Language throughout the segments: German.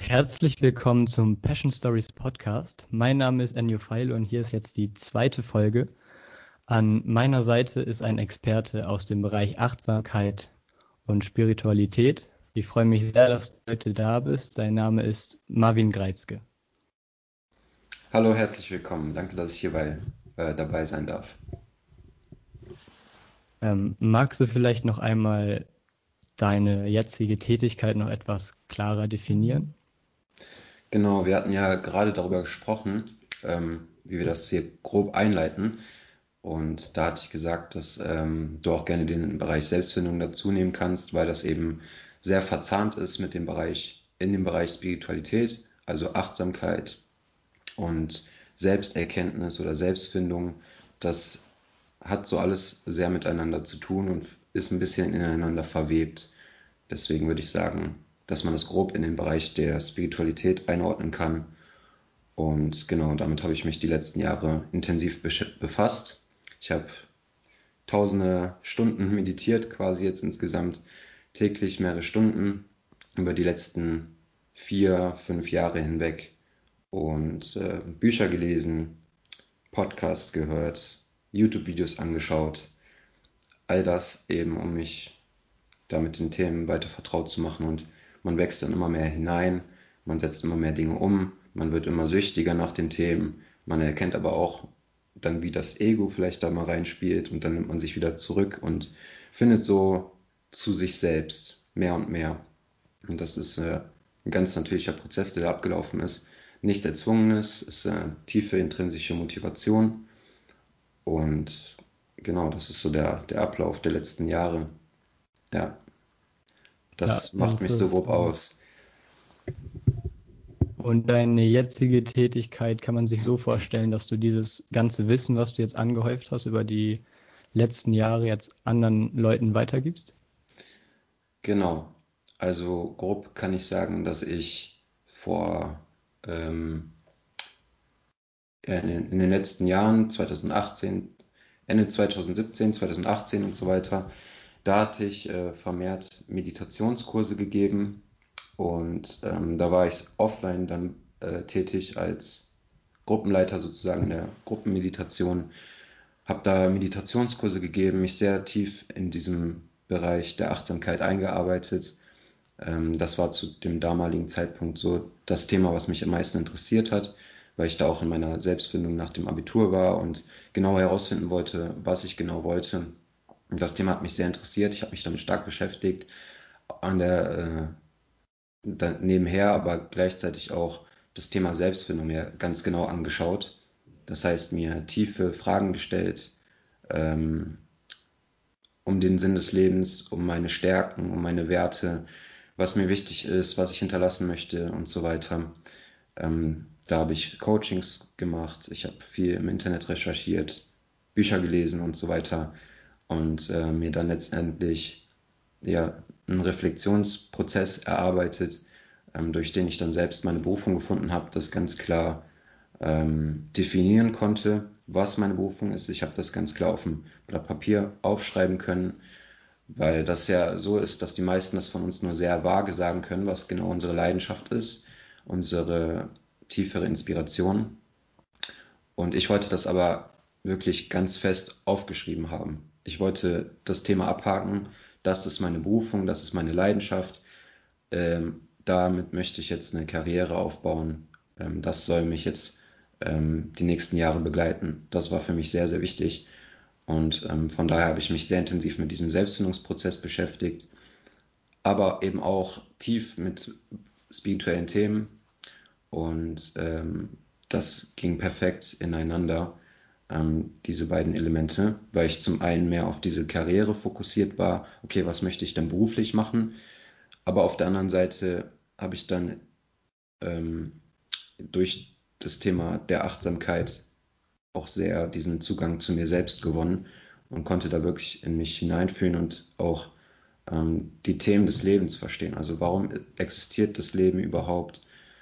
Herzlich willkommen zum Passion Stories Podcast. Mein Name ist Enyo Feil und hier ist jetzt die zweite Folge. An meiner Seite ist ein Experte aus dem Bereich Achtsamkeit und Spiritualität. Ich freue mich sehr, dass du heute da bist. Sein Name ist Marvin Greizke. Hallo, herzlich willkommen. Danke, dass ich hierbei dabei sein darf. Magst du vielleicht noch einmal deine jetzige Tätigkeit noch etwas klarer definieren? Genau, wir hatten ja gerade darüber gesprochen, wie wir das hier grob einleiten. Und da hatte ich gesagt, dass du auch gerne den Bereich Selbstfindung dazu nehmen kannst, weil das eben sehr verzahnt ist mit dem Bereich, in dem Bereich Spiritualität, also Achtsamkeit und Selbsterkenntnis oder Selbstfindung. Das hat so alles sehr miteinander zu tun und ist ein bisschen ineinander verwebt. Deswegen würde ich sagen, dass man das grob in den Bereich der Spiritualität einordnen kann. Und genau, damit habe ich mich die letzten Jahre intensiv befasst. Ich habe tausende Stunden meditiert, quasi jetzt insgesamt täglich mehrere Stunden über die letzten 4, 5 Jahre hinweg und Bücher gelesen, Podcasts gehört, YouTube-Videos angeschaut. All das eben, um mich da mit den Themen weiter vertraut zu machen, und man wächst dann immer mehr hinein, man setzt immer mehr Dinge um, man wird immer süchtiger nach den Themen, man erkennt aber auch dann, wie das Ego vielleicht da mal reinspielt, und dann nimmt man sich wieder zurück und findet so zu sich selbst mehr und mehr. Und das ist ein ganz natürlicher Prozess, der da abgelaufen ist. Nichts Erzwungenes, ist tiefe intrinsische Motivation, und genau, das ist so der Ablauf der letzten Jahre. Ja. Ja, Das macht mich so grob interessant. aus. Und deine jetzige Tätigkeit kann man sich so vorstellen, dass du dieses ganze Wissen, was du jetzt angehäuft hast, über die letzten Jahre jetzt anderen Leuten weitergibst? Genau. Also grob kann ich sagen, dass ich vor ähm, in den letzten Jahren, 2018, Ende 2017, 2018 und so weiter, da hatte ich vermehrt Meditationskurse gegeben, und da war ich offline dann tätig als Gruppenleiter sozusagen in der Gruppenmeditation. Habe da Meditationskurse gegeben, mich sehr tief in diesem Bereich der Achtsamkeit eingearbeitet. Das war zu dem damaligen Zeitpunkt so das Thema, was mich am meisten interessiert hat, weil ich da auch in meiner Selbstfindung nach dem Abitur war und genau herausfinden wollte, was ich genau wollte. Und das Thema hat mich sehr interessiert. Ich habe mich damit stark beschäftigt, an der nebenher aber gleichzeitig auch das Thema Selbstfindung mir ganz genau angeschaut. Das heißt, mir tiefe Fragen gestellt, ähm, um den Sinn des Lebens, um meine Stärken, um meine Werte, was mir wichtig ist, was ich hinterlassen möchte und so weiter. Da habe ich Coachings gemacht, ich habe viel im Internet recherchiert, Bücher gelesen und so weiter, und mir dann letztendlich ja einen Reflexionsprozess erarbeitet, durch den ich dann selbst meine Berufung gefunden habe, das ganz klar definieren konnte, was meine Berufung ist. Ich habe das ganz klar auf dem Blatt Papier aufschreiben können, weil das ja so ist, dass die meisten das von uns nur sehr vage sagen können, was genau unsere Leidenschaft ist, unsere tiefere Inspiration. Und ich wollte das aber wirklich ganz fest aufgeschrieben haben. Ich wollte das Thema abhaken. Das ist meine Berufung, das ist meine Leidenschaft. Damit möchte ich jetzt eine Karriere aufbauen. Das soll mich jetzt die nächsten Jahre begleiten. Das war für mich sehr, sehr wichtig. Und von daher habe ich mich sehr intensiv mit diesem Selbstfindungsprozess beschäftigt, aber eben auch tief mit spirituellen Themen. Und das ging perfekt ineinander, diese beiden Elemente, weil ich zum einen mehr auf diese Karriere fokussiert war. Okay, was möchte ich denn beruflich machen? Aber auf der anderen Seite habe ich dann ähm, durch das Thema der Achtsamkeit auch sehr diesen Zugang zu mir selbst gewonnen und konnte da wirklich in mich hineinfühlen und auch die Themen des Lebens verstehen. Also warum existiert das Leben überhaupt?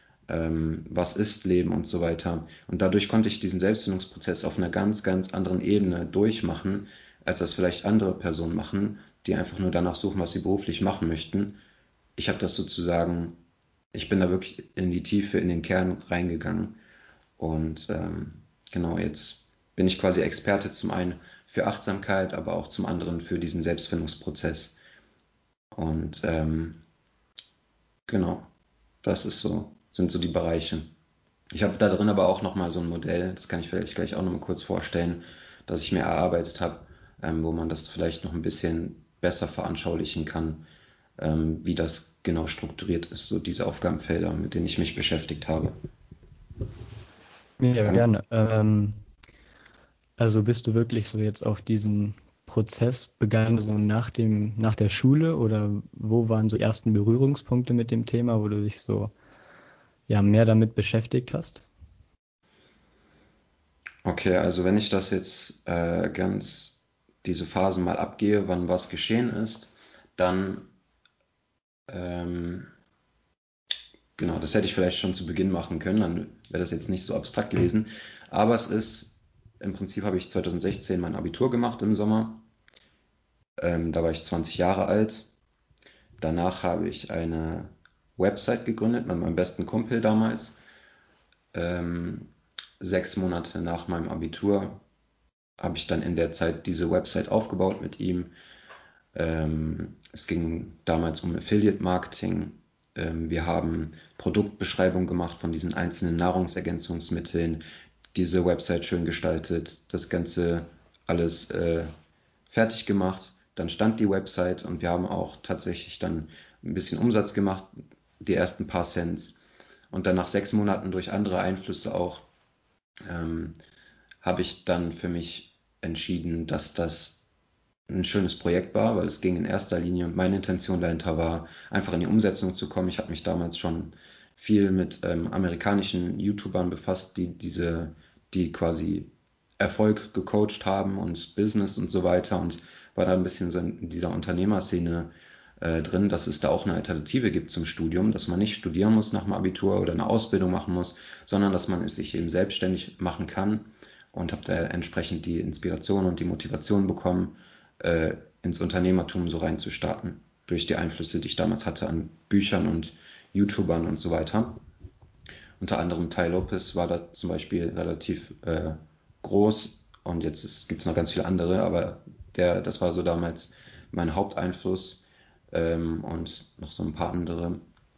Was ist Leben und so weiter. Und dadurch konnte ich diesen Selbstfindungsprozess auf einer ganz, ganz anderen Ebene durchmachen, als das vielleicht andere Personen machen, die einfach nur danach suchen, was sie beruflich machen möchten. Ich habe das sozusagen ich bin da wirklich in die Tiefe, in den Kern reingegangen. Und genau, jetzt bin ich quasi Experte zum einen für Achtsamkeit, aber auch zum anderen für diesen Selbstfindungsprozess. Und genau, das ist so, sind so die Bereiche. Ich habe da drin aber auch nochmal so ein Modell, das kann ich vielleicht gleich auch nochmal kurz vorstellen, das ich mir erarbeitet habe, wo man das vielleicht noch ein bisschen besser veranschaulichen kann, wie das genau strukturiert ist, so diese Aufgabenfelder, mit denen ich mich beschäftigt habe. Ja, Kann, gerne. Also bist du wirklich so jetzt auf diesen Prozess begann, so nach der Schule oder wo waren so ersten Berührungspunkte mit dem Thema, wo du dich so ja mehr damit beschäftigt hast? okay, also wenn ich das jetzt diese Phasen mal abgehe, wann was geschehen ist, dann, ähm, genau, das hätte ich vielleicht schon zu Beginn machen können, dann wäre das jetzt nicht so abstrakt gewesen. Aber im Prinzip habe ich 2016 mein Abitur gemacht im Sommer. Da war ich 20 Jahre alt. Danach habe ich eine Website gegründet mit meinem besten Kumpel damals. Ähm, 6 Monate nach meinem Abitur habe ich dann in der Zeit diese Website aufgebaut mit ihm. Es ging damals um Affiliate Marketing. Wir haben Produktbeschreibungen gemacht von diesen einzelnen Nahrungsergänzungsmitteln, diese Website schön gestaltet, das Ganze alles fertig gemacht. Dann stand die Website und wir haben auch tatsächlich dann ein bisschen Umsatz gemacht, die ersten paar Cents. Und dann nach 6 Monaten durch andere Einflüsse auch ähm, habe ich dann für mich entschieden, dass das ein schönes Projekt war, weil es ging in erster Linie und meine Intention dahinter war, einfach in die Umsetzung zu kommen. Ich habe mich damals schon viel mit amerikanischen YouTubern befasst, die quasi Erfolg gecoacht haben und Business und so weiter und war da ein bisschen so in dieser Unternehmerszene drin, dass es da auch eine Alternative gibt zum Studium, dass man nicht studieren muss nach dem Abitur oder eine Ausbildung machen muss, sondern dass man es sich eben selbstständig machen kann und habe da entsprechend die Inspiration und die Motivation bekommen, ins Unternehmertum so reinzustarten, durch die Einflüsse, die ich damals hatte an Büchern und YouTubern und so weiter. Unter anderem Tai Lopez war da zum Beispiel relativ groß und jetzt gibt es noch ganz viele andere, aber das war so damals mein Haupteinfluss und noch so ein paar andere.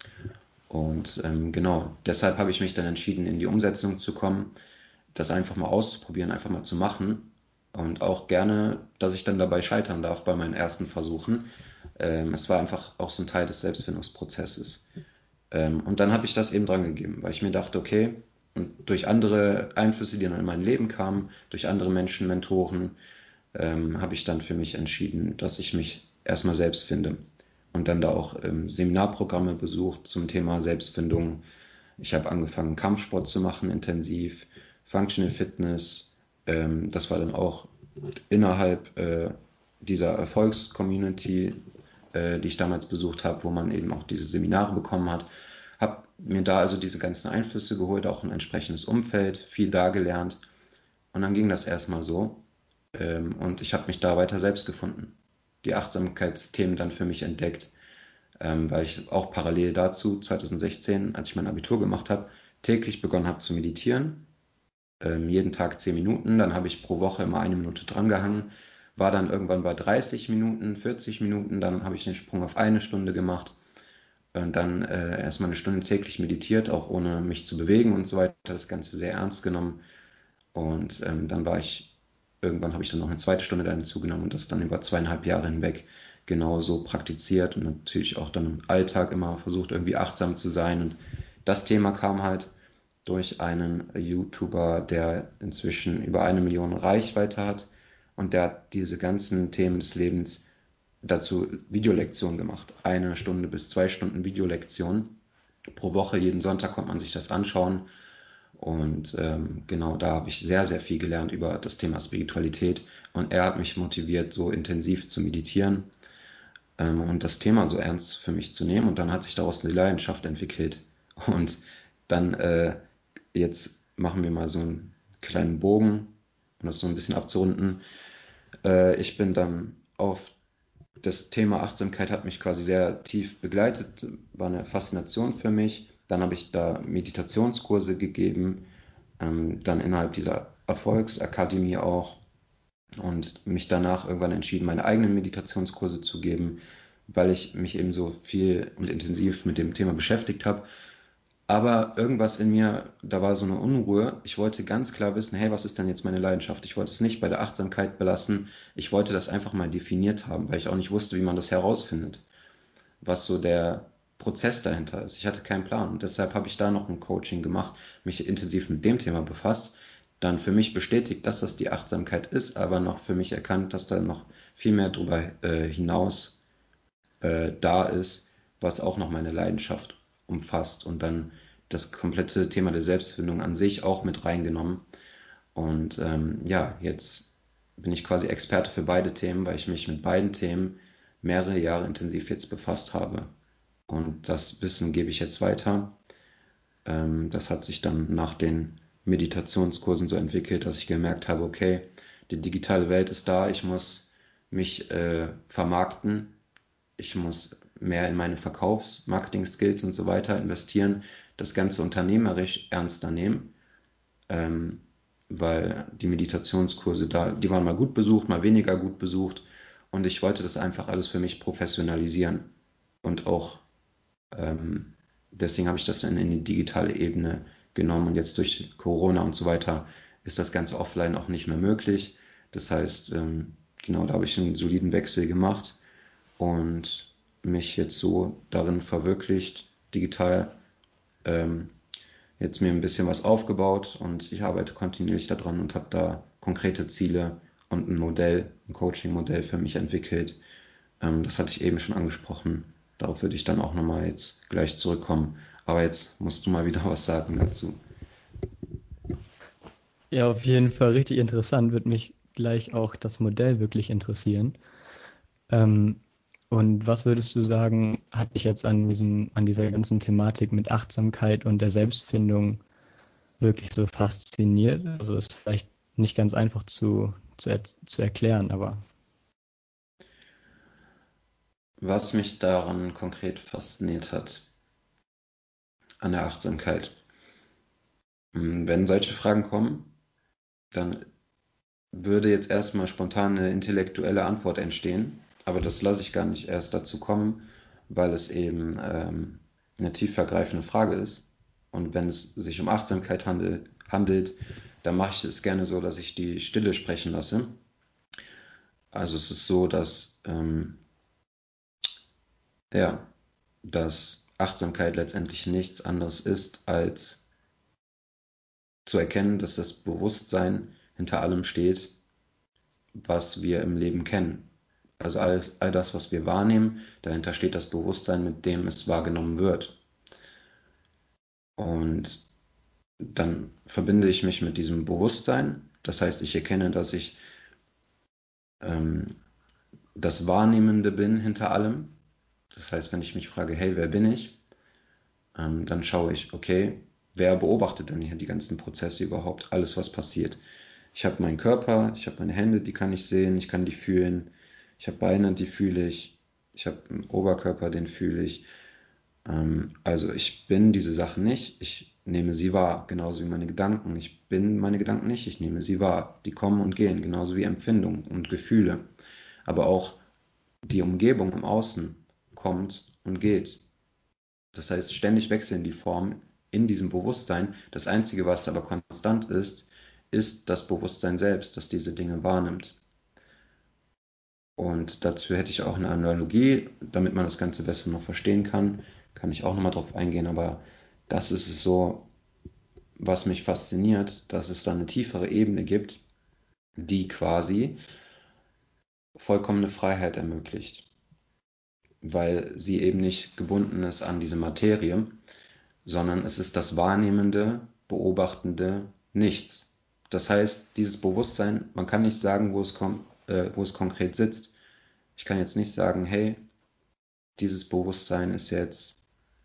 Und genau, deshalb habe ich mich dann entschieden, in die Umsetzung zu kommen, das einfach mal auszuprobieren, einfach mal zu machen und auch gerne, dass ich dann dabei scheitern darf bei meinen ersten Versuchen. Es war einfach auch so ein Teil des Selbstfindungsprozesses. Und dann habe ich das eben dran gegeben, weil ich mir dachte, okay, und durch andere Einflüsse, die dann in mein Leben kamen, durch andere Menschen, Mentoren, habe ich dann für mich entschieden, dass ich mich erstmal selbst finde. Und dann da auch Seminarprogramme besucht zum Thema Selbstfindung. Ich habe angefangen, Kampfsport zu machen, intensiv, Functional Fitness. Das war dann auch innerhalb dieser Erfolgscommunity, die ich damals besucht habe, wo man eben auch diese Seminare bekommen hat. Habe mir da also diese ganzen Einflüsse geholt, auch ein entsprechendes Umfeld, viel da gelernt. Und dann ging das erstmal so. Und ich habe mich da weiter selbst gefunden. Die Achtsamkeitsthemen dann für mich entdeckt, weil ich auch parallel dazu 2016, als ich mein Abitur gemacht habe, täglich begonnen habe zu meditieren. Jeden Tag 10 Minuten, dann habe ich pro Woche immer eine Minute drangehangen, war dann irgendwann bei 30 Minuten, 40 Minuten, dann habe ich den Sprung auf eine Stunde gemacht und dann erstmal eine Stunde täglich meditiert, auch ohne mich zu bewegen und so weiter, das Ganze sehr ernst genommen. Und irgendwann habe ich dann noch eine zweite Stunde da hinzugenommen und das dann über 2,5 Jahre hinweg genauso praktiziert und natürlich auch dann im Alltag immer versucht, irgendwie achtsam zu sein. Und das Thema kam halt durch einen YouTuber, der inzwischen über 1 Million Reichweite hat und der hat diese ganzen Themen des Lebens dazu Videolektionen gemacht. 1 Stunde bis 2 Stunden Videolektion pro Woche. Jeden Sonntag konnte man sich das anschauen. Und genau da habe ich sehr, sehr viel gelernt über das Thema Spiritualität. Und er hat mich motiviert, so intensiv zu meditieren und das Thema so ernst für mich zu nehmen. Und dann hat sich daraus eine Leidenschaft entwickelt. Und dann, jetzt machen wir mal so einen kleinen Bogen, um das so ein bisschen abzurunden. Ich bin dann auf das Thema Achtsamkeit hat mich quasi sehr tief begleitet, war eine Faszination für mich. Dann habe ich da Meditationskurse gegeben, dann innerhalb dieser Erfolgsakademie auch und mich danach irgendwann entschieden, meine eigenen Meditationskurse zu geben, weil ich mich eben so viel und intensiv mit dem Thema beschäftigt habe. Aber irgendwas in mir, da war so eine Unruhe. Ich wollte ganz klar wissen, hey, was ist denn jetzt meine Leidenschaft? Ich wollte es nicht bei der Achtsamkeit belassen. Ich wollte das einfach mal definiert haben, weil ich auch nicht wusste, wie man das herausfindet, was so der Prozess dahinter ist. Ich hatte keinen Plan und deshalb habe ich da noch ein Coaching gemacht, mich intensiv mit dem Thema befasst, dann für mich bestätigt, dass das die Achtsamkeit ist, aber noch für mich erkannt, dass da noch viel mehr darüber hinaus da ist, was auch noch meine Leidenschaft umfasst und dann das komplette Thema der Selbstfindung an sich auch mit reingenommen. Und ja, jetzt bin ich quasi Experte für beide Themen, weil ich mich mit beiden Themen mehrere Jahre intensiv jetzt befasst habe. Und das Wissen gebe ich jetzt weiter. Das hat sich dann nach den Meditationskursen so entwickelt, dass ich gemerkt habe, okay, die digitale Welt ist da, ich muss mich vermarkten, ich muss mehr in meine Verkaufs-Marketing-Skills und so weiter investieren, das Ganze unternehmerisch ernster nehmen, ähm, weil die Meditationskurse da, die waren mal gut besucht, mal weniger gut besucht und ich wollte das einfach alles für mich professionalisieren und auch ähm, deswegen habe ich das dann in die digitale Ebene genommen und jetzt durch Corona und so weiter ist das Ganze offline auch nicht mehr möglich. Das heißt, genau, da habe ich einen soliden Wechsel gemacht und mich jetzt so darin verwirklicht, digital ähm, jetzt mir ein bisschen was aufgebaut und ich arbeite kontinuierlich daran und habe da konkrete Ziele und ein Modell, ein Coaching-Modell für mich entwickelt. Das hatte ich eben schon angesprochen. Darauf würde ich dann auch nochmal jetzt gleich zurückkommen. Aber jetzt musst du mal wieder was sagen dazu. Ja, auf jeden Fall richtig interessant. Wird mich gleich auch das Modell wirklich interessieren. Ähm, und was würdest du sagen, hat dich jetzt an dieser ganzen Thematik mit Achtsamkeit und der Selbstfindung wirklich so fasziniert? Also ist vielleicht nicht ganz einfach zu erklären, aber Was mich daran konkret fasziniert hat, an der Achtsamkeit. Wenn solche Fragen kommen, dann würde jetzt erstmal spontan eine intellektuelle Antwort entstehen, aber das lasse ich gar nicht erst dazu kommen, weil es eben eine tiefergreifende Frage ist. Und wenn es sich um Achtsamkeit handelt, dann mache ich es gerne so, dass ich die Stille sprechen lasse. Also es ist so, ja, dass Achtsamkeit letztendlich nichts anderes ist, als zu erkennen, dass das Bewusstsein hinter allem steht, was wir im Leben kennen. Also all das, was wir wahrnehmen, dahinter steht das Bewusstsein, mit dem es wahrgenommen wird. Und dann verbinde ich mich mit diesem Bewusstsein. Das heißt, ich erkenne, dass ich ähm, das Wahrnehmende bin hinter allem. Das heißt, wenn ich mich frage, hey, wer bin ich? Dann schaue ich, okay, wer beobachtet denn hier die ganzen Prozesse überhaupt? Alles, was passiert. Ich habe meinen Körper, ich habe meine Hände, die kann ich sehen, ich kann die fühlen. Ich habe Beine, die fühle ich. Ich habe einen Oberkörper, den fühle ich. Also ich bin diese Sachen nicht, ich nehme sie wahr, genauso wie meine Gedanken. Ich bin meine Gedanken nicht, ich nehme sie wahr. Die kommen und gehen, genauso wie Empfindungen und Gefühle. Aber auch die Umgebung im Außen kommt und geht. Das heißt, ständig wechseln die Formen in diesem Bewusstsein. Das Einzige, was aber konstant ist, ist das Bewusstsein selbst, das diese Dinge wahrnimmt. Und dazu hätte ich auch eine Analogie, damit man das Ganze besser noch verstehen kann. Kann ich auch nochmal drauf eingehen, aber das ist es so, was mich fasziniert, dass es da eine tiefere Ebene gibt, die quasi vollkommene Freiheit ermöglicht, weil sie eben nicht gebunden ist an diese Materie, sondern es ist das wahrnehmende, beobachtende Nichts. Das heißt, dieses Bewusstsein, man kann nicht sagen, wo es konkret sitzt. Ich kann jetzt nicht sagen, hey, dieses Bewusstsein ist jetzt,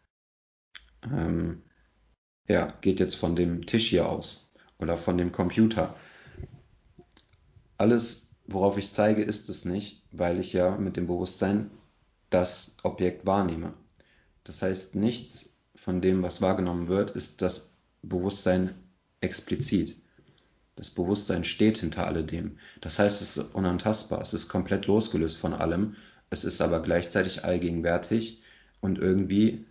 ähm, ja, geht jetzt von dem Tisch hier aus oder von dem Computer. Alles, worauf ich zeige, ist es nicht, weil ich ja mit dem Bewusstsein das Objekt wahrnehme. Das heißt, nichts von dem, was wahrgenommen wird, ist das Bewusstsein explizit. Das Bewusstsein steht hinter alledem. Das heißt, es ist unantastbar, es ist komplett losgelöst von allem, es ist aber gleichzeitig allgegenwärtig und irgendwie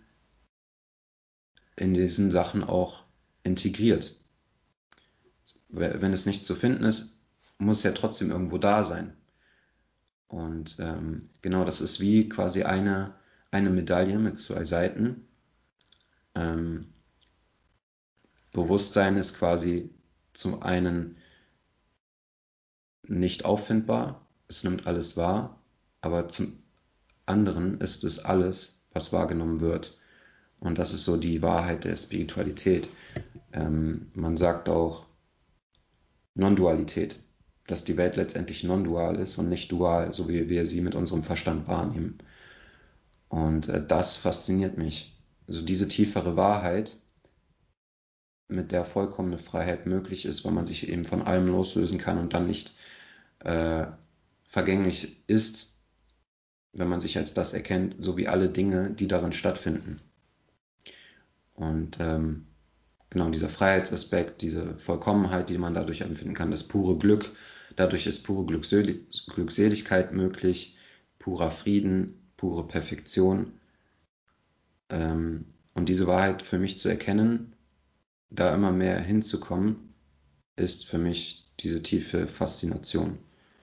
in diesen Sachen auch integriert. Wenn es nicht zu finden ist, muss es ja trotzdem irgendwo da sein. Und genau, das ist wie quasi eine Medaille mit zwei Seiten. Ähm, Bewusstsein ist quasi zum einen nicht auffindbar, es nimmt alles wahr, aber zum anderen ist es alles, was wahrgenommen wird. Und das ist so die Wahrheit der Spiritualität. Man sagt auch Non-Dualität, dass die Welt letztendlich non-dual ist und nicht dual, so wie wir sie mit unserem Verstand wahrnehmen. Und das fasziniert mich. Also diese tiefere Wahrheit, mit der vollkommene Freiheit möglich ist, weil man sich eben von allem loslösen kann und dann nicht vergänglich ist, wenn man sich als das erkennt, so wie alle Dinge, die darin stattfinden. Und genau dieser Freiheitsaspekt, diese Vollkommenheit, die man dadurch empfinden kann, das pure Glück, dadurch ist pure Glückseligkeit möglich, purer Frieden, pure Perfektion. Und diese Wahrheit für mich zu erkennen, da immer mehr hinzukommen, ist für mich diese tiefe Faszination.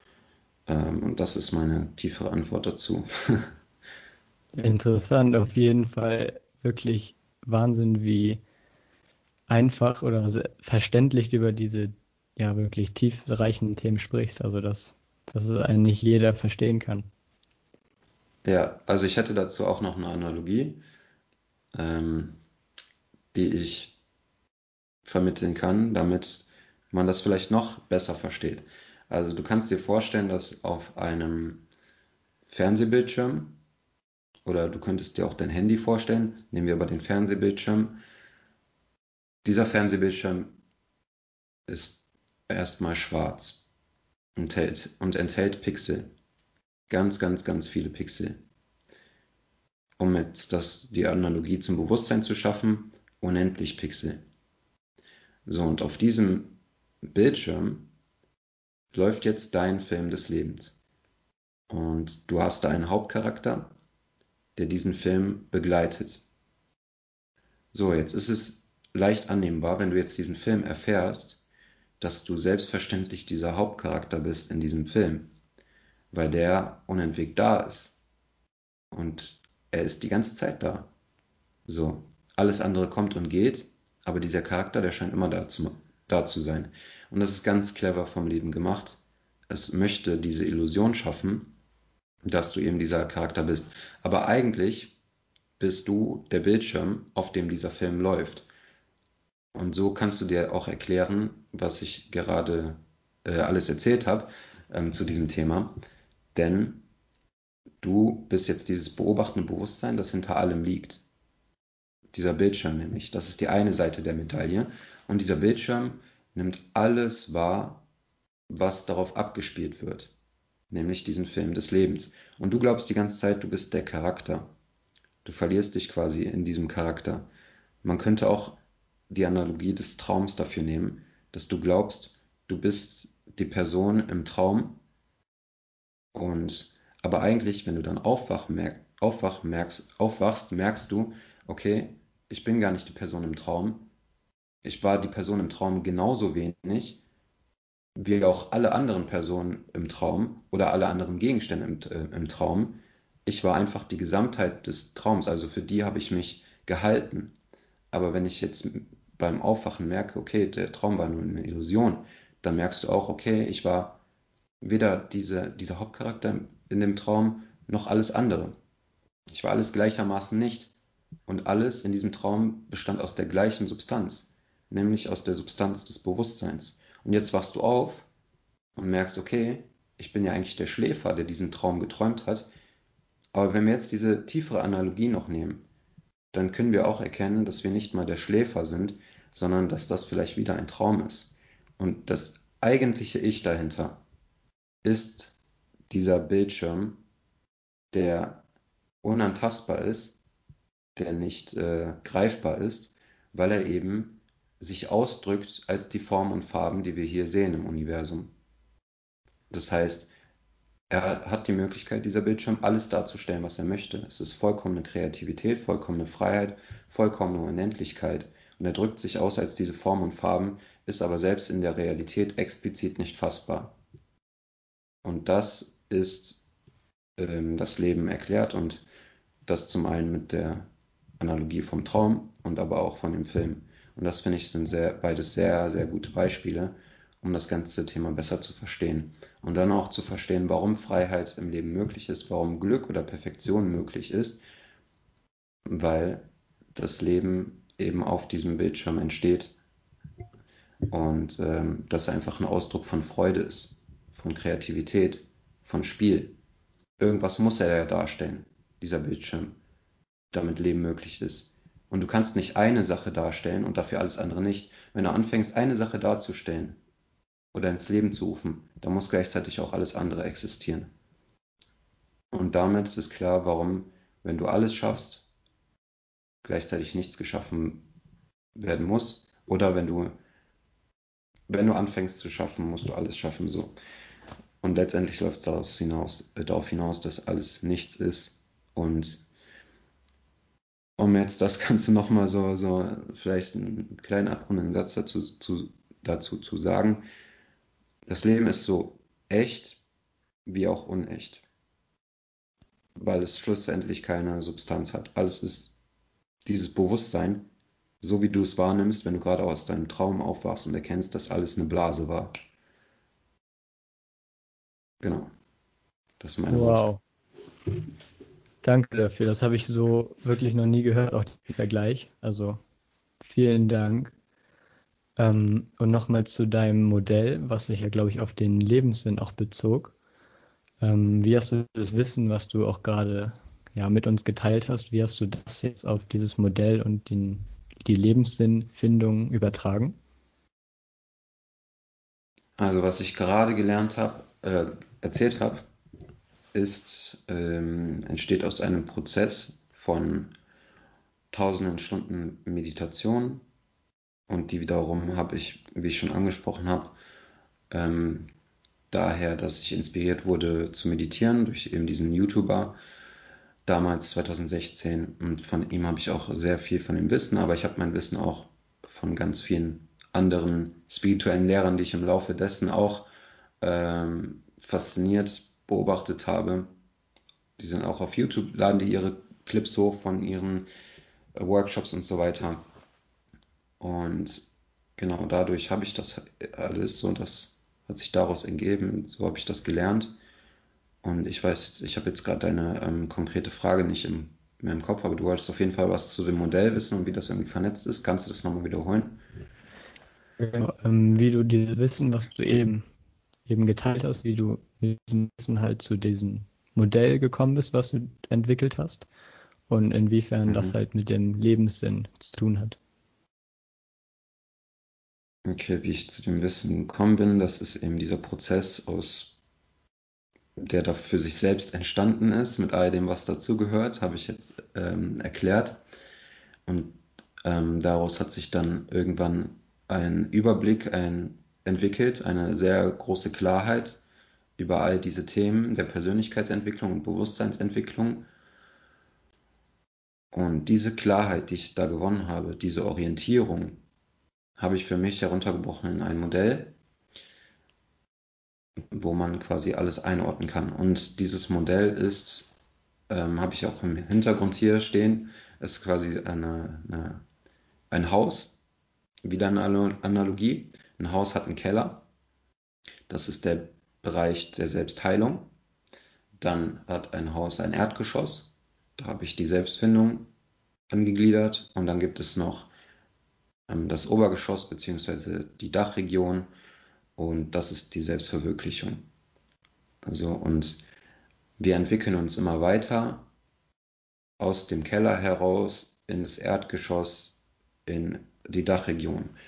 Und das ist meine tiefere Antwort dazu. Interessant, auf jeden Fall wirklich Wahnsinn, wie einfach oder verständlich du über diese ja wirklich tiefreichenden Themen sprichst. Also dass es eigentlich jeder verstehen kann. Ja, also ich hätte dazu auch noch eine Analogie, ähm, die ich vermitteln kann, damit man das vielleicht noch besser versteht. Also du kannst dir vorstellen, dass auf einem Fernsehbildschirm, oder du könntest dir auch dein Handy vorstellen, nehmen wir aber den Fernsehbildschirm. Dieser Fernsehbildschirm ist erstmal schwarz und enthält Pixel. Ganz, ganz, ganz viele Pixel. Um jetzt die Analogie zum Bewusstsein zu schaffen, unendlich Pixel. So, und auf diesem Bildschirm läuft jetzt dein Film des Lebens. Und du hast da einen Hauptcharakter, der diesen Film begleitet. So, jetzt ist es leicht annehmbar, wenn du jetzt diesen Film erfährst, dass du selbstverständlich dieser Hauptcharakter bist in diesem Film, weil der unentwegt da ist. Und er ist die ganze Zeit da. So, alles andere kommt und geht, aber dieser Charakter, der scheint immer da zu sein. Und das ist ganz clever vom Leben gemacht. Es möchte diese Illusion schaffen, dass du eben dieser Charakter bist. Aber eigentlich bist du der Bildschirm, auf dem dieser Film läuft. Und so kannst du dir auch erklären, was ich gerade alles erzählt habe zu diesem Thema. Denn du bist jetzt dieses beobachtende Bewusstsein, das hinter allem liegt. Dieser Bildschirm nämlich. Das ist die eine Seite der Medaille. Und dieser Bildschirm nimmt alles wahr, was darauf abgespielt wird. Nämlich diesen Film des Lebens. Und du glaubst die ganze Zeit, du bist der Charakter. Du verlierst dich quasi in diesem Charakter. Man könnte auch die Analogie des Traums dafür nehmen, dass du glaubst, du bist die Person im Traum und aber eigentlich, wenn du dann aufwachst, merkst du, okay, ich bin gar nicht die Person im Traum. Ich war die Person im Traum genauso wenig wie auch alle anderen Personen im Traum oder alle anderen Gegenstände im Traum. Ich war einfach die Gesamtheit des Traums, also für die habe ich mich gehalten. Aber wenn ich jetzt beim Aufwachen merke, okay, der Traum war nur eine Illusion, dann merkst du auch, okay, ich war weder dieser Hauptcharakter in dem Traum noch alles andere. Ich war alles gleichermaßen nicht. Und alles in diesem Traum bestand aus der gleichen Substanz, nämlich aus der Substanz des Bewusstseins. Und jetzt wachst du auf und merkst, okay, ich bin ja eigentlich der Schläfer, der diesen Traum geträumt hat. Aber wenn wir jetzt diese tiefere Analogie noch nehmen, dann können wir auch erkennen, dass wir nicht mal der Schläfer sind, sondern dass das vielleicht wieder ein Traum ist. Und das eigentliche Ich dahinter, ist dieser Bildschirm, der unantastbar ist, der nicht greifbar ist, weil er eben sich ausdrückt als die Formen und Farben, die wir hier sehen im Universum. Das heißt, er hat die Möglichkeit, dieser Bildschirm, alles darzustellen, was er möchte. Es ist vollkommene Kreativität, vollkommene Freiheit, vollkommene Unendlichkeit. Und er drückt sich aus als diese Formen und Farben, ist aber selbst in der Realität explizit nicht fassbar. Und das ist das Leben erklärt und das zum einen mit der Analogie vom Traum und aber auch von dem Film. Und das finde ich sind beides sehr, sehr gute Beispiele, um das ganze Thema besser zu verstehen. Und dann auch zu verstehen, warum Freiheit im Leben möglich ist, warum Glück oder Perfektion möglich ist, weil das Leben eben auf diesem Bildschirm entsteht und das einfach ein Ausdruck von Freude ist, von Kreativität, von Spiel. Irgendwas muss er ja darstellen, dieser Bildschirm, damit Leben möglich ist. Und du kannst nicht eine Sache darstellen und dafür alles andere nicht. Wenn du anfängst, eine Sache darzustellen oder ins Leben zu rufen, dann muss gleichzeitig auch alles andere existieren. Und damit ist klar, warum, wenn du alles schaffst, gleichzeitig nichts geschaffen werden muss. Oder wenn du anfängst zu schaffen, musst du alles schaffen. So. Und letztendlich läuft es darauf hinaus, dass alles nichts ist. Und um jetzt das Ganze nochmal so vielleicht einen kleinen abrundenden Satz dazu zu sagen, das Leben ist so echt wie auch unecht, weil es schlussendlich keine Substanz hat. Alles ist dieses Bewusstsein, so wie du es wahrnimmst, wenn du gerade aus deinem Traum aufwachst und erkennst, dass alles eine Blase war. Genau, das sind meine Worte. Wow, danke dafür. Das habe ich so wirklich noch nie gehört, auch den Vergleich. Also vielen Dank. Und nochmal zu deinem Modell, was sich ja, glaube ich, auf den Lebenssinn auch bezog. Wie hast du das Wissen, was du auch gerade ja, mit uns geteilt hast, wie hast du das jetzt auf dieses Modell und die Lebenssinnfindung übertragen? Also was ich gerade erzählt habe, entsteht aus einem Prozess von tausenden Stunden Meditation und die wiederum habe ich, wie ich schon angesprochen habe, ähm, daher, dass ich inspiriert wurde zu meditieren durch eben diesen YouTuber damals 2016 und von ihm habe ich auch sehr viel von dem Wissen, aber ich habe mein Wissen auch von ganz vielen anderen spirituellen Lehrern, die ich im Laufe dessen auch fasziniert beobachtet habe. Die sind auch auf YouTube, laden die ihre Clips hoch von ihren Workshops und so weiter. Und genau dadurch habe ich das alles so, das hat sich daraus ergeben, so habe ich das gelernt. Und ich habe jetzt gerade deine konkrete Frage nicht mehr im Kopf, aber du wolltest auf jeden Fall was zu dem Modell wissen und wie das irgendwie vernetzt ist. Kannst du das nochmal wiederholen? Genau, wie du dieses Wissen, was du eben geteilt hast, wie du mit diesem Wissen halt zu diesem Modell gekommen bist, was du entwickelt hast und inwiefern das Mhm. halt mit dem Lebenssinn zu tun hat. Okay, wie ich zu dem Wissen gekommen bin, das ist eben dieser Prozess der da für sich selbst entstanden ist, mit all dem, was dazugehört, habe ich jetzt erklärt. Und daraus hat sich dann irgendwann ein Überblick entwickelt, eine sehr große Klarheit über all diese Themen der Persönlichkeitsentwicklung und Bewusstseinsentwicklung. Und diese Klarheit, die ich da gewonnen habe, diese Orientierung, habe ich für mich heruntergebrochen in ein Modell, wo man quasi alles einordnen kann. Und dieses Modell habe ich auch im Hintergrund hier stehen, ist quasi ein Haus, wieder eine Analogie. Ein Haus hat einen Keller, das ist der Bereich der Selbstheilung. Dann hat ein Haus ein Erdgeschoss, da habe ich die Selbstfindung angegliedert. Und dann gibt es noch das Obergeschoss bzw. die Dachregion und das ist die Selbstverwirklichung. Also, und wir entwickeln uns immer weiter aus dem Keller heraus in das Erdgeschoss, in die Dachregion.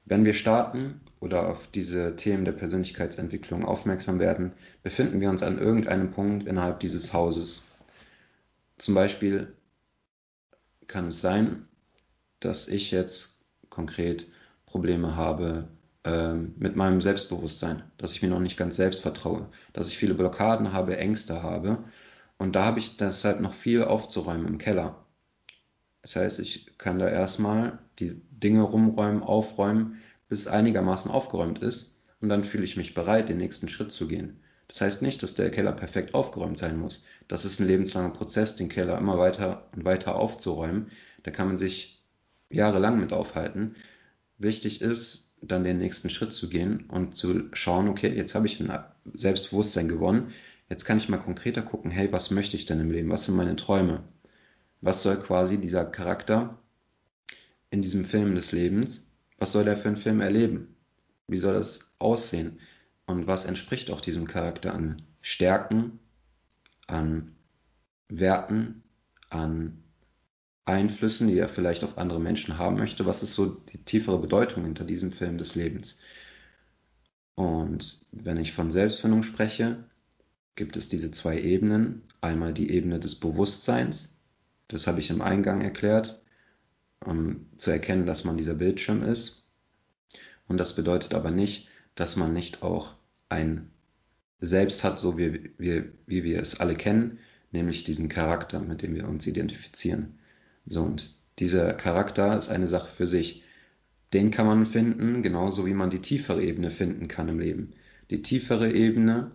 Wenn wir starten oder auf diese Themen der Persönlichkeitsentwicklung aufmerksam werden, befinden wir uns an irgendeinem Punkt innerhalb dieses Hauses. Zum Beispiel kann es sein, dass ich jetzt konkret Probleme habe mit meinem Selbstbewusstsein, dass ich mir noch nicht ganz selbst vertraue, dass ich viele Blockaden habe, Ängste habe. Und da habe ich deshalb noch viel aufzuräumen im Keller. Das heißt, ich kann da erstmal die Dinge rumräumen, aufräumen, bis es einigermaßen aufgeräumt ist. Und dann fühle ich mich bereit, den nächsten Schritt zu gehen. Das heißt nicht, dass der Keller perfekt aufgeräumt sein muss. Das ist ein lebenslanger Prozess, den Keller immer weiter und weiter aufzuräumen. Da kann man sich jahrelang mit aufhalten. Wichtig ist, dann den nächsten Schritt zu gehen und zu schauen, okay, jetzt habe ich ein Selbstbewusstsein gewonnen. Jetzt kann ich mal konkreter gucken, hey, was möchte ich denn im Leben? Was sind meine Träume? Was soll quasi dieser Charakter in diesem Film des Lebens, was soll der für einen Film erleben? Wie soll das aussehen? Und was entspricht auch diesem Charakter an Stärken, an Werten, an Einflüssen, die er vielleicht auf andere Menschen haben möchte? Was ist so die tiefere Bedeutung hinter diesem Film des Lebens? Und wenn ich von Selbstfindung spreche, gibt es diese zwei Ebenen. Einmal die Ebene des Bewusstseins, das habe ich im Eingang erklärt, um zu erkennen, dass man dieser Bildschirm ist. Und das bedeutet aber nicht, dass man nicht auch ein Selbst hat, so wie wir es alle kennen, nämlich diesen Charakter, mit dem wir uns identifizieren. So, und dieser Charakter ist eine Sache für sich. Den kann man finden, genauso wie man die tiefere Ebene finden kann im Leben. Die tiefere Ebene,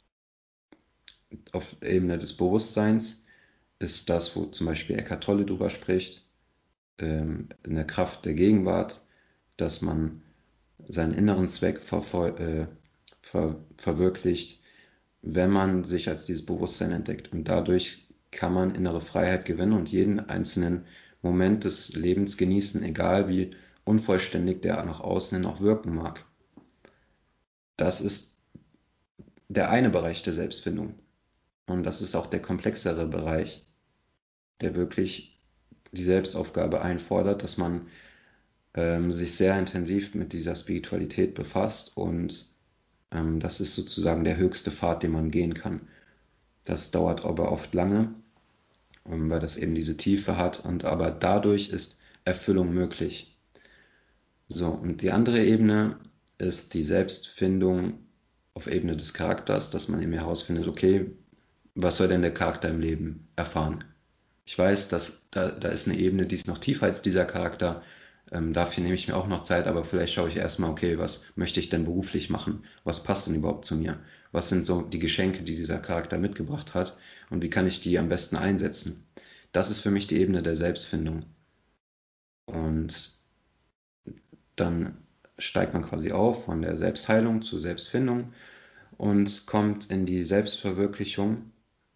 auf Ebene des Bewusstseins, ist das, wo zum Beispiel Eckhart Tolle drüber spricht, in der Kraft der Gegenwart, dass man seinen inneren Zweck verwirklicht, wenn man sich als dieses Bewusstsein entdeckt. Und dadurch kann man innere Freiheit gewinnen und jeden einzelnen Moment des Lebens genießen, egal wie unvollständig der nach außen hin auch wirken mag. Das ist der eine Bereich der Selbstfindung. Und das ist auch der komplexere Bereich, der wirklich die Selbstaufgabe einfordert, dass man sich sehr intensiv mit dieser Spiritualität befasst und das ist sozusagen der höchste Pfad, den man gehen kann. Das dauert aber oft lange, weil das eben diese Tiefe hat und aber dadurch ist Erfüllung möglich. So, und die andere Ebene ist die Selbstfindung auf Ebene des Charakters, dass man eben herausfindet, okay, was soll denn der Charakter im Leben erfahren? Ich weiß, dass da ist eine Ebene, die ist noch tiefer als dieser Charakter. Dafür nehme ich mir auch noch Zeit, aber vielleicht schaue ich erstmal, okay, was möchte ich denn beruflich machen? Was passt denn überhaupt zu mir? Was sind so die Geschenke, die dieser Charakter mitgebracht hat? Und wie kann ich die am besten einsetzen? Das ist für mich die Ebene der Selbstfindung. Und dann steigt man quasi auf von der Selbstheilung zur Selbstfindung und kommt in die Selbstverwirklichung.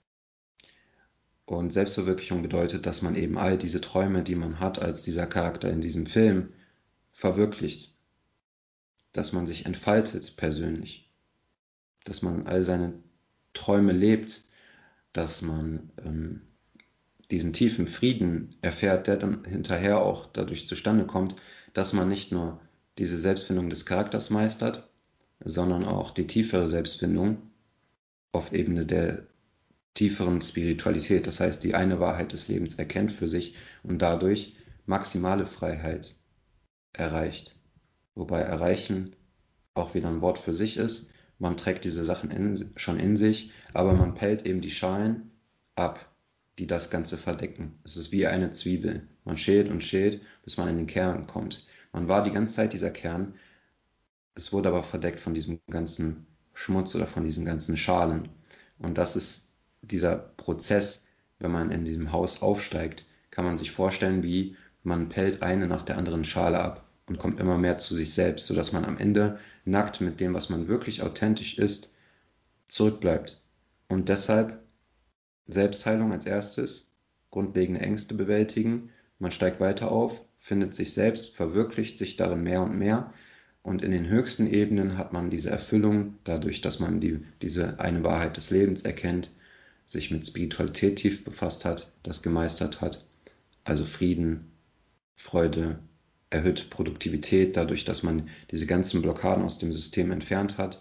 Und Selbstverwirklichung bedeutet, dass man eben all diese Träume, die man hat als dieser Charakter in diesem Film, verwirklicht. Dass man sich entfaltet persönlich. Dass man all seine Träume lebt. Dass man diesen tiefen Frieden erfährt, der dann hinterher auch dadurch zustande kommt, dass man nicht nur diese Selbstfindung des Charakters meistert, sondern auch die tiefere Selbstfindung auf Ebene der tieferen Spiritualität, das heißt die eine Wahrheit des Lebens erkennt für sich und dadurch maximale Freiheit erreicht. Wobei erreichen auch wieder ein Wort für sich ist. Man trägt diese Sachen schon in sich, aber man pellt eben die Schalen ab, die das Ganze verdecken. Es ist wie eine Zwiebel. Man schält und schält, bis man in den Kern kommt. Man war die ganze Zeit dieser Kern, es wurde aber verdeckt von diesem ganzen Schmutz oder von diesen ganzen Schalen. Und das ist dieser Prozess, wenn man in diesem Haus aufsteigt, kann man sich vorstellen, wie man pellt eine nach der anderen Schale ab und kommt immer mehr zu sich selbst, sodass man am Ende nackt mit dem, was man wirklich authentisch ist, zurückbleibt. Und deshalb Selbstheilung als erstes, grundlegende Ängste bewältigen, man steigt weiter auf, findet sich selbst, verwirklicht sich darin mehr und mehr und in den höchsten Ebenen hat man diese Erfüllung dadurch, dass man diese eine Wahrheit des Lebens erkennt, sich mit Spiritualität tief befasst hat, das gemeistert hat, also Frieden, Freude, erhöht Produktivität dadurch, dass man diese ganzen Blockaden aus dem System entfernt hat.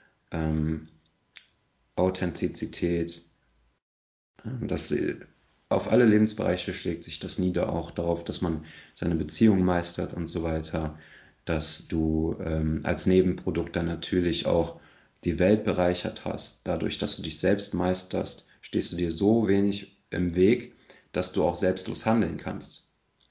Authentizität, das auf alle Lebensbereiche schlägt sich das nieder, auch darauf, dass man seine Beziehung meistert und so weiter, dass du als Nebenprodukt dann natürlich auch die Welt bereichert hast. Dadurch, dass du dich selbst meisterst, stehst du dir so wenig im Weg, dass du auch selbstlos handeln kannst.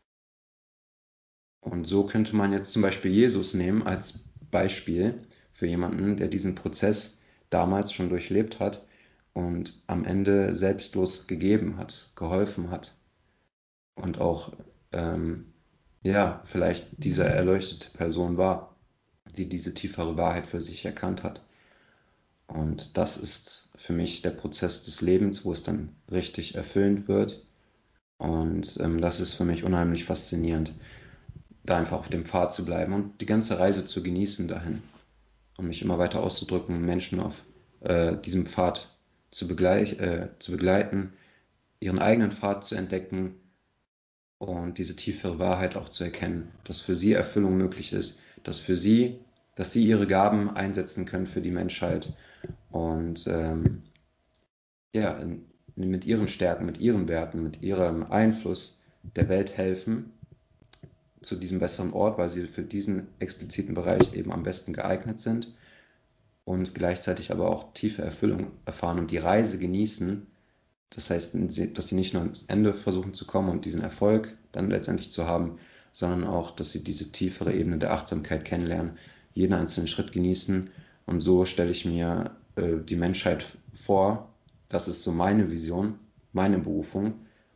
Und so könnte man jetzt zum Beispiel Jesus nehmen als Beispiel für jemanden, der diesen Prozess damals schon durchlebt hat und am Ende selbstlos gegeben hat, geholfen hat und auch ja, vielleicht diese erleuchtete Person war, die diese tiefere Wahrheit für sich erkannt hat. Und das ist für mich der Prozess des Lebens, wo es dann richtig erfüllend wird. Und das ist für mich unheimlich faszinierend, da einfach auf dem Pfad zu bleiben und die ganze Reise zu genießen dahin und mich immer weiter auszudrücken, Menschen auf diesem Pfad zu begleiten, ihren eigenen Pfad zu entdecken und diese tiefere Wahrheit auch zu erkennen, dass für sie Erfüllung möglich ist, dass sie ihre Gaben einsetzen können für die Menschheit und ja, mit ihren Stärken, mit ihren Werten, mit ihrem Einfluss der Welt helfen zu diesem besseren Ort, weil sie für diesen expliziten Bereich eben am besten geeignet sind und gleichzeitig aber auch tiefe Erfüllung erfahren und die Reise genießen. Das heißt, dass sie nicht nur ans Ende versuchen zu kommen und diesen Erfolg dann letztendlich zu haben, sondern auch, dass sie diese tiefere Ebene der Achtsamkeit kennenlernen, jeden einzelnen Schritt genießen. Und so stelle ich mir die Menschheit vor. Das ist so meine Vision, meine Berufung.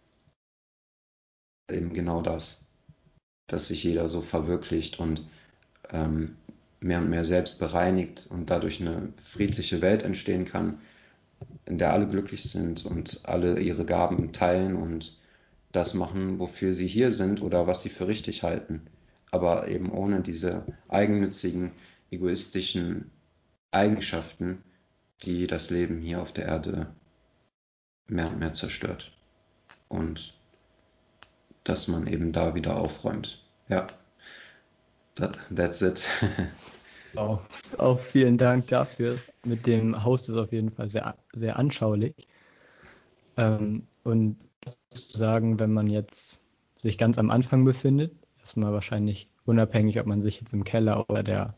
Eben genau das, dass sich jeder so verwirklicht und mehr und mehr selbst bereinigt und dadurch eine friedliche Welt entstehen kann, in der alle glücklich sind und alle ihre Gaben teilen und das machen, wofür sie hier sind oder was sie für richtig halten. Aber eben ohne diese eigennützigen, egoistischen Eigenschaften, die das Leben hier auf der Erde mehr und mehr zerstört. Und dass man eben da wieder aufräumt. Ja, that's it. Auch vielen Dank dafür. Mit dem Host ist auf jeden Fall sehr, sehr anschaulich. Und zu sagen, wenn man jetzt sich ganz am Anfang befindet, erstmal wahrscheinlich unabhängig, ob man sich jetzt im Keller oder der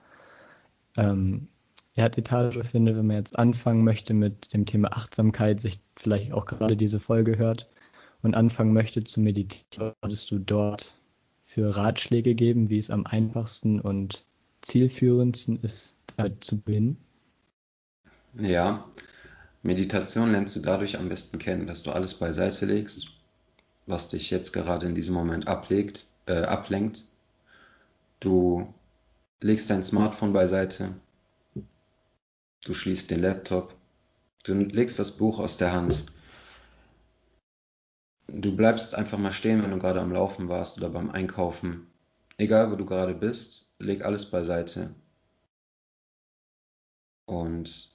Erdetage befindet, wenn man jetzt anfangen möchte mit dem Thema Achtsamkeit, sich vielleicht auch gerade diese Folge hört und anfangen möchte zu meditieren, würdest du dort für Ratschläge geben, wie es am einfachsten und zielführendsten ist, damit zu beginnen? Ja, Meditation lernst du dadurch am besten kennen, dass du alles beiseite legst, was dich jetzt gerade in diesem Moment ablenkt. Du legst dein Smartphone beiseite, du schließt den Laptop, du legst das Buch aus der Hand. Du bleibst einfach mal stehen, wenn du gerade am Laufen warst oder beim Einkaufen. Egal, wo du gerade bist, leg alles beiseite. Und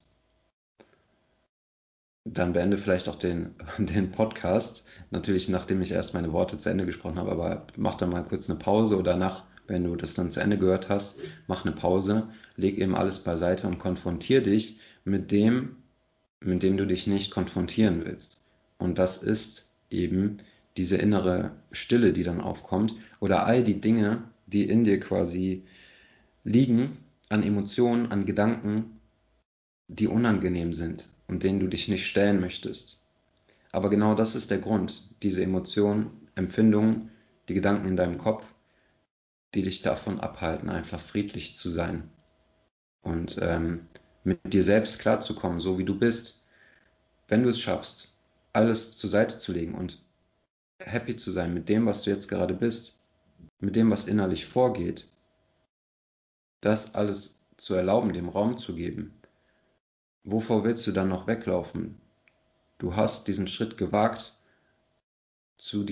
dann beende vielleicht auch den Podcast. Natürlich, nachdem ich erst meine Worte zu Ende gesprochen habe, aber mach dann mal kurz eine Pause oder wenn du das dann zu Ende gehört hast, mach eine Pause, leg eben alles beiseite und konfrontier dich mit dem du dich nicht konfrontieren willst. Und das ist eben diese innere Stille, die dann aufkommt oder all die Dinge, die in dir quasi liegen, an Emotionen, an Gedanken, die unangenehm sind und denen du dich nicht stellen möchtest. Aber genau das ist der Grund, diese Emotionen, Empfindungen, die Gedanken in deinem Kopf, die dich davon abhalten, einfach friedlich zu sein und mit dir selbst klarzukommen, so wie du bist. Wenn du es schaffst, alles zur Seite zu legen und happy zu sein mit dem, was du jetzt gerade bist, mit dem, was innerlich vorgeht, das alles zu erlauben, dem Raum zu geben, wovor willst du dann noch weglaufen? Du hast diesen Schritt gewagt zu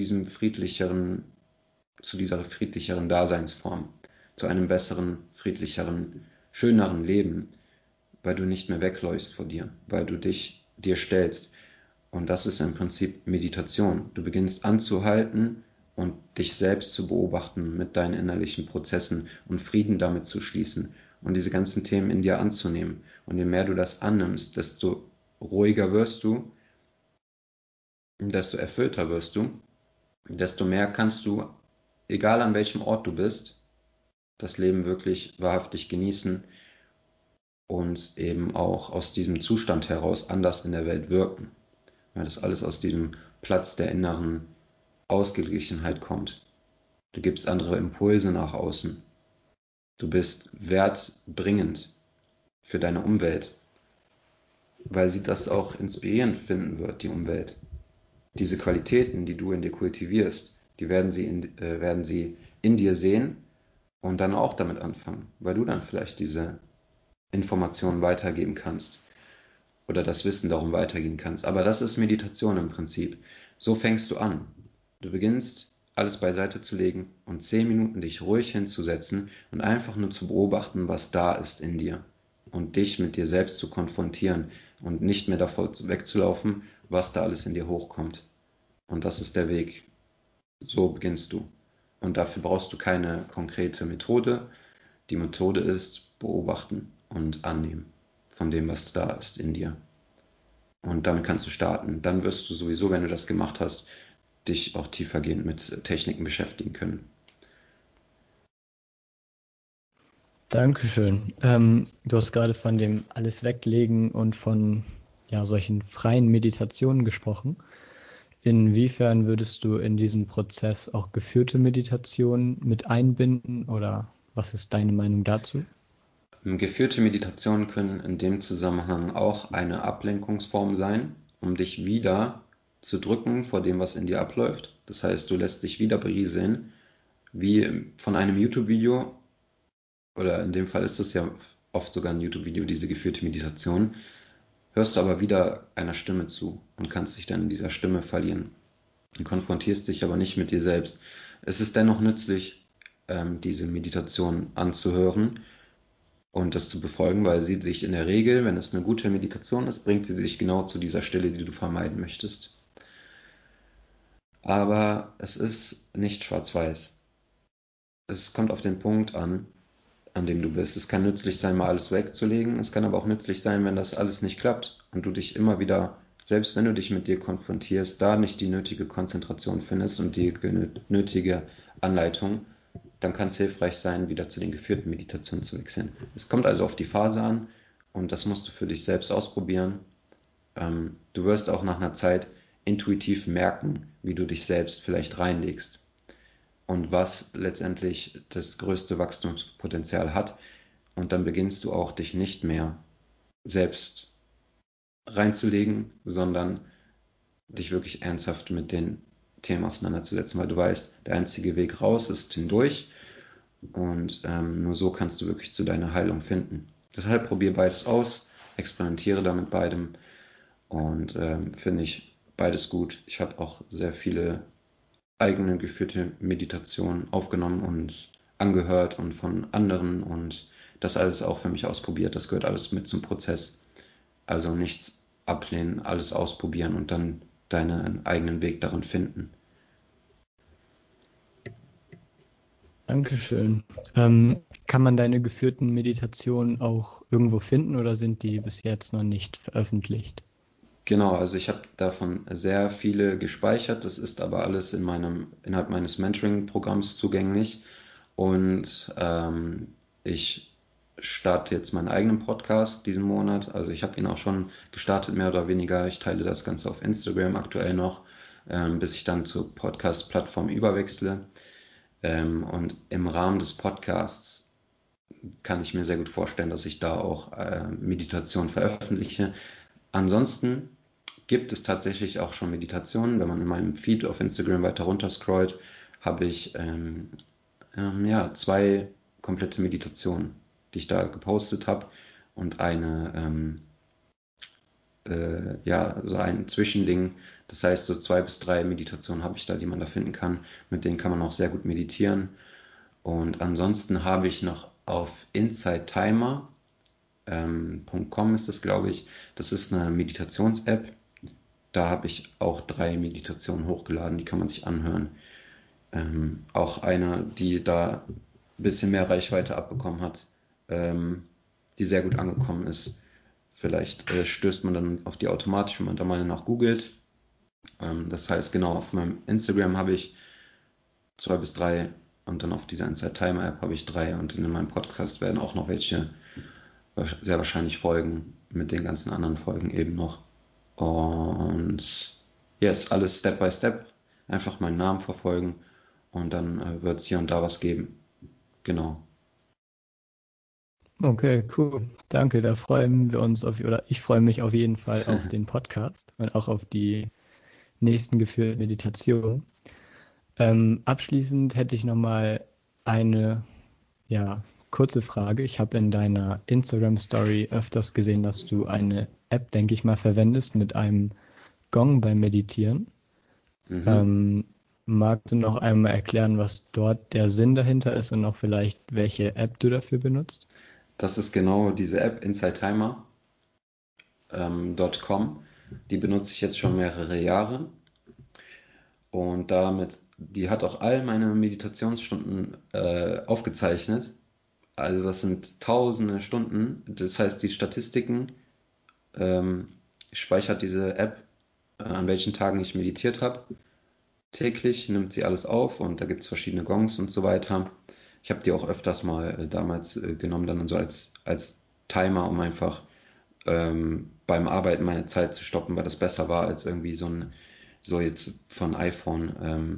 zu dieser friedlicheren Daseinsform, zu einem besseren, friedlicheren, schöneren Leben, weil du nicht mehr wegläufst vor dir, weil du dir stellst. Und das ist im Prinzip Meditation. Du beginnst anzuhalten und dich selbst zu beobachten mit deinen innerlichen Prozessen und Frieden damit zu schließen und diese ganzen Themen in dir anzunehmen. Und je mehr du das annimmst, desto ruhiger wirst du, desto erfüllter wirst du, desto mehr kannst du, egal an welchem Ort du bist, das Leben wirklich wahrhaftig genießen und eben auch aus diesem Zustand heraus anders in der Welt wirken. Weil das alles aus diesem Platz der inneren Ausgeglichenheit kommt. Du gibst andere Impulse nach außen. Du bist wertbringend für deine Umwelt, weil sie das auch inspirierend finden wird, die Umwelt. Diese Qualitäten, die du in dir kultivierst, die werden sie in dir sehen und dann auch damit anfangen, weil du dann vielleicht diese Informationen weitergeben kannst oder das Wissen darum weitergeben kannst. Aber das ist Meditation im Prinzip. So fängst du an. Du beginnst alles beiseite zu legen und 10 Minuten dich ruhig hinzusetzen und einfach nur zu beobachten, was da ist in dir und dich mit dir selbst zu konfrontieren und nicht mehr davor wegzulaufen, was da alles in dir hochkommt. Und das ist der Weg. So beginnst du. Und dafür brauchst du keine konkrete Methode. Die Methode ist beobachten und annehmen von dem, was da ist in dir. Und damit kannst du starten. Dann wirst du sowieso, wenn du das gemacht hast, dich auch tiefergehend mit Techniken beschäftigen können. Dankeschön. Du hast gerade von dem alles weglegen und von solchen freien Meditationen gesprochen. Inwiefern würdest du in diesem Prozess auch geführte Meditationen mit einbinden oder was ist deine Meinung dazu? Geführte Meditationen können in dem Zusammenhang auch eine Ablenkungsform sein, um dich wieder zu drücken vor dem, was in dir abläuft. Das heißt, du lässt dich wieder berieseln, wie von einem YouTube-Video, oder in dem Fall ist es ja oft sogar ein YouTube-Video, diese geführte Meditation, hörst du aber wieder einer Stimme zu und kannst dich dann in dieser Stimme verlieren. Du konfrontierst dich aber nicht mit dir selbst. Es ist dennoch nützlich, diese Meditation anzuhören und das zu befolgen, weil sie sich in der Regel, wenn es eine gute Meditation ist, bringt sie dich genau zu dieser Stille, die du vermeiden möchtest. Aber es ist nicht schwarz-weiß. Es kommt auf den Punkt an dem du bist. Es kann nützlich sein, mal alles wegzulegen. Es kann aber auch nützlich sein, wenn das alles nicht klappt und du dich immer wieder, selbst wenn du dich mit dir konfrontierst, da nicht die nötige Konzentration findest und die nötige Anleitung, dann kann es hilfreich sein, wieder zu den geführten Meditationen zu wechseln. Es kommt also auf die Phase an und das musst du für dich selbst ausprobieren. Du wirst auch nach einer Zeit intuitiv merken, wie du dich selbst vielleicht reinlegst und was letztendlich das größte Wachstumspotenzial hat. Und dann beginnst du auch, dich nicht mehr selbst reinzulegen, sondern dich wirklich ernsthaft mit den Themen auseinanderzusetzen, weil du weißt, der einzige Weg raus ist hindurch und nur so kannst du wirklich zu deiner Heilung finden. Deshalb probier beides aus, experimentiere da mit beidem und finde ich beides gut. Ich habe auch sehr viele eigene geführte Meditationen aufgenommen und angehört und von anderen und das alles auch für mich ausprobiert. Das gehört alles mit zum Prozess. Also nichts ablehnen, alles ausprobieren und dann deinen eigenen Weg darin finden. Dankeschön. Kann man deine geführten Meditationen auch irgendwo finden oder sind die bis jetzt noch nicht veröffentlicht? Genau, also ich habe davon sehr viele gespeichert. Das ist aber alles innerhalb meines Mentoring-Programms zugänglich. Und ich starte jetzt meinen eigenen Podcast diesen Monat. Also ich habe ihn auch schon gestartet, mehr oder weniger. Ich teile das Ganze auf Instagram aktuell noch, bis ich dann zur Podcast-Plattform überwechsle. Und im Rahmen des Podcasts kann ich mir sehr gut vorstellen, dass ich da auch Meditation veröffentliche. Ansonsten gibt es tatsächlich auch schon Meditationen. Wenn man in meinem Feed auf Instagram weiter runter scrollt, habe ich 2 komplette Meditationen, die ich da gepostet habe und so ein Zwischending. Das heißt, so 2 bis 3 Meditationen habe ich da, die man da finden kann. Mit denen kann man auch sehr gut meditieren. Und ansonsten habe ich noch auf insidetimer.com ist das, glaube ich. Das ist eine Meditations-App. Da habe ich auch 3 Meditationen hochgeladen, die kann man sich anhören. Auch eine, die da ein bisschen mehr Reichweite abbekommen hat, die sehr gut angekommen ist. Vielleicht stößt man dann auf die automatisch, wenn man da mal nach googelt. Das heißt, genau, auf meinem Instagram habe ich 2 bis 3 und dann auf dieser Inside Timer App habe ich 3 und in meinem Podcast werden auch noch welche sehr wahrscheinlich folgen mit den ganzen anderen Folgen eben noch. Und yes, alles Step by Step. Einfach meinen Namen verfolgen und dann wird es hier und da was geben. Genau. Okay, cool. Danke, da freuen wir uns oder ich freue mich auf jeden Fall auf den Podcast und auch auf die nächsten geführten Meditationen. Abschließend hätte ich nochmal eine, ja, kurze Frage. Ich habe in deiner Instagram-Story öfters gesehen, dass du eine App, denke ich mal, verwendest mit einem Gong beim Meditieren. Mhm. Ähm, Magst du noch einmal erklären, was dort der Sinn dahinter ist und auch vielleicht welche App du dafür benutzt? Das ist genau diese App insidetimer.com. Die benutze ich jetzt schon mehrere Jahre und die hat auch all meine Meditationsstunden aufgezeichnet. Also das sind tausende Stunden. Das heißt, die Statistiken ähm, speichert diese App, an welchen Tagen ich meditiert habe. Täglich nimmt sie alles auf und da gibt es verschiedene Gongs und so weiter. Ich habe die auch öfters mal damals genommen, dann so als Timer, um einfach beim Arbeiten meine Zeit zu stoppen, weil das besser war als irgendwie so jetzt von iPhone,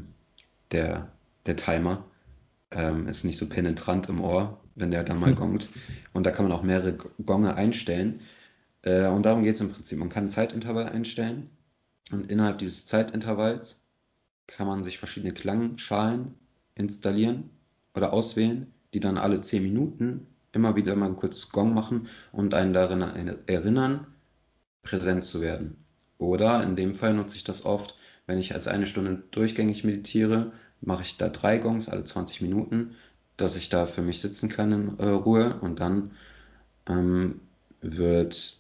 der, der Timer. Ist nicht so penetrant im Ohr, wenn der dann mal gongt. Und da kann man auch mehrere Gonge einstellen. Und darum geht es im Prinzip. Man kann einen Zeitintervall einstellen und innerhalb dieses Zeitintervalls kann man sich verschiedene Klangschalen installieren oder auswählen, die dann alle 10 Minuten immer wieder mal ein kurzes Gong machen und einen daran erinnern, präsent zu werden. Oder in dem Fall nutze ich das oft, wenn ich als eine Stunde durchgängig meditiere, mache ich da 3 Gongs alle 20 Minuten, dass ich da für mich sitzen kann in Ruhe und dann ähm, wird,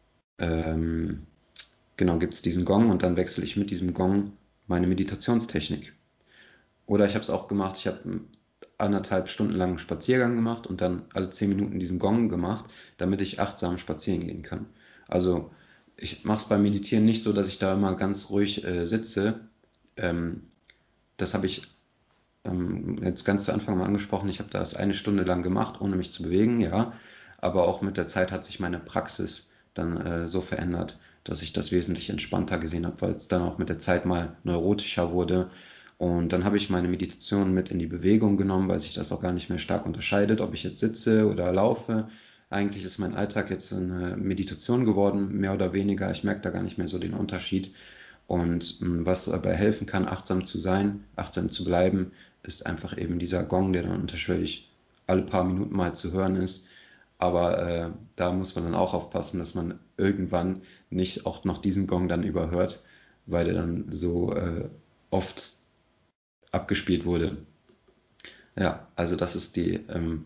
ähm, genau, gibt es diesen Gong und dann wechsle ich mit diesem Gong meine Meditationstechnik. Oder ich habe es auch gemacht, ich habe 1,5 Stunden lang einen Spaziergang gemacht und dann alle 10 Minuten diesen Gong gemacht, damit ich achtsam spazieren gehen kann. Also ich mache es beim Meditieren nicht so, dass ich da immer ganz ruhig sitze. Ähm, Das habe ich jetzt ganz zu Anfang mal angesprochen. Ich habe das eine Stunde lang gemacht, ohne mich zu bewegen, ja. Aber auch mit der Zeit hat sich meine Praxis dann so verändert, dass ich das wesentlich entspannter gesehen habe, weil es dann auch mit der Zeit mal neurotischer wurde. Und dann habe ich meine Meditation mit in die Bewegung genommen, weil sich das auch gar nicht mehr stark unterscheidet, ob ich jetzt sitze oder laufe. Eigentlich ist mein Alltag jetzt eine Meditation geworden, mehr oder weniger. Ich merke da gar nicht mehr so den Unterschied. Und was dabei helfen kann, achtsam zu sein, achtsam zu bleiben, ist einfach eben dieser Gong, der dann unterschwellig alle paar Minuten mal zu hören ist. Aber da muss man dann auch aufpassen, dass man irgendwann nicht auch noch diesen Gong dann überhört, weil der dann so oft abgespielt wurde. Ja, also das ist die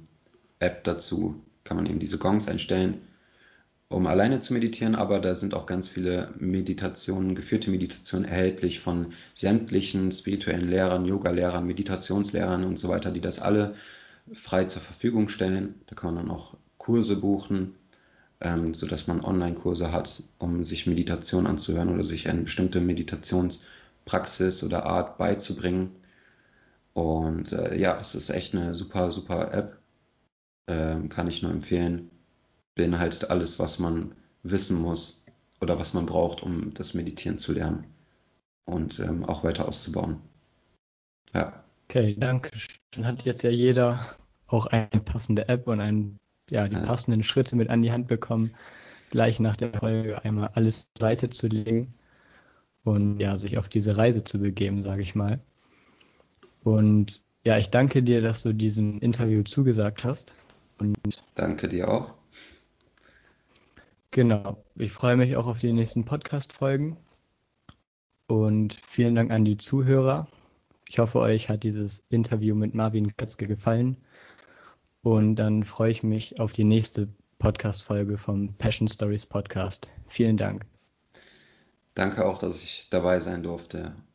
App dazu. Kann man eben diese Gongs einstellen, um alleine zu meditieren, aber da sind auch ganz viele Meditationen, geführte Meditationen erhältlich von sämtlichen spirituellen Lehrern, Yoga-Lehrern, Meditationslehrern und so weiter, die das alle frei zur Verfügung stellen. Da kann man dann auch Kurse buchen, sodass man Online-Kurse hat, um sich Meditation anzuhören oder sich eine bestimmte Meditationspraxis oder Art beizubringen. Und ja, es ist echt eine super, super App, kann ich nur empfehlen. Beinhaltet alles, was man wissen muss oder was man braucht, um das Meditieren zu lernen und auch weiter auszubauen. Ja, Okay, danke. Dann hat jetzt ja jeder auch eine passende App und ja, die äh, passenden Schritte mit an die Hand bekommen, gleich nach der Folge einmal alles beiseite zu legen und ja, sich auf diese Reise zu begeben, sage ich mal. Und ja, ich danke dir, dass du diesem Interview zugesagt hast. Und danke dir auch. genau, ich freue mich auch auf die nächsten Podcast-Folgen und vielen Dank an die Zuhörer. Ich hoffe, euch hat dieses Interview mit Marvin Kötzke gefallen und dann freue ich mich auf die nächste Podcast-Folge vom Passion Stories Podcast. Vielen Dank. Danke auch, dass ich dabei sein durfte.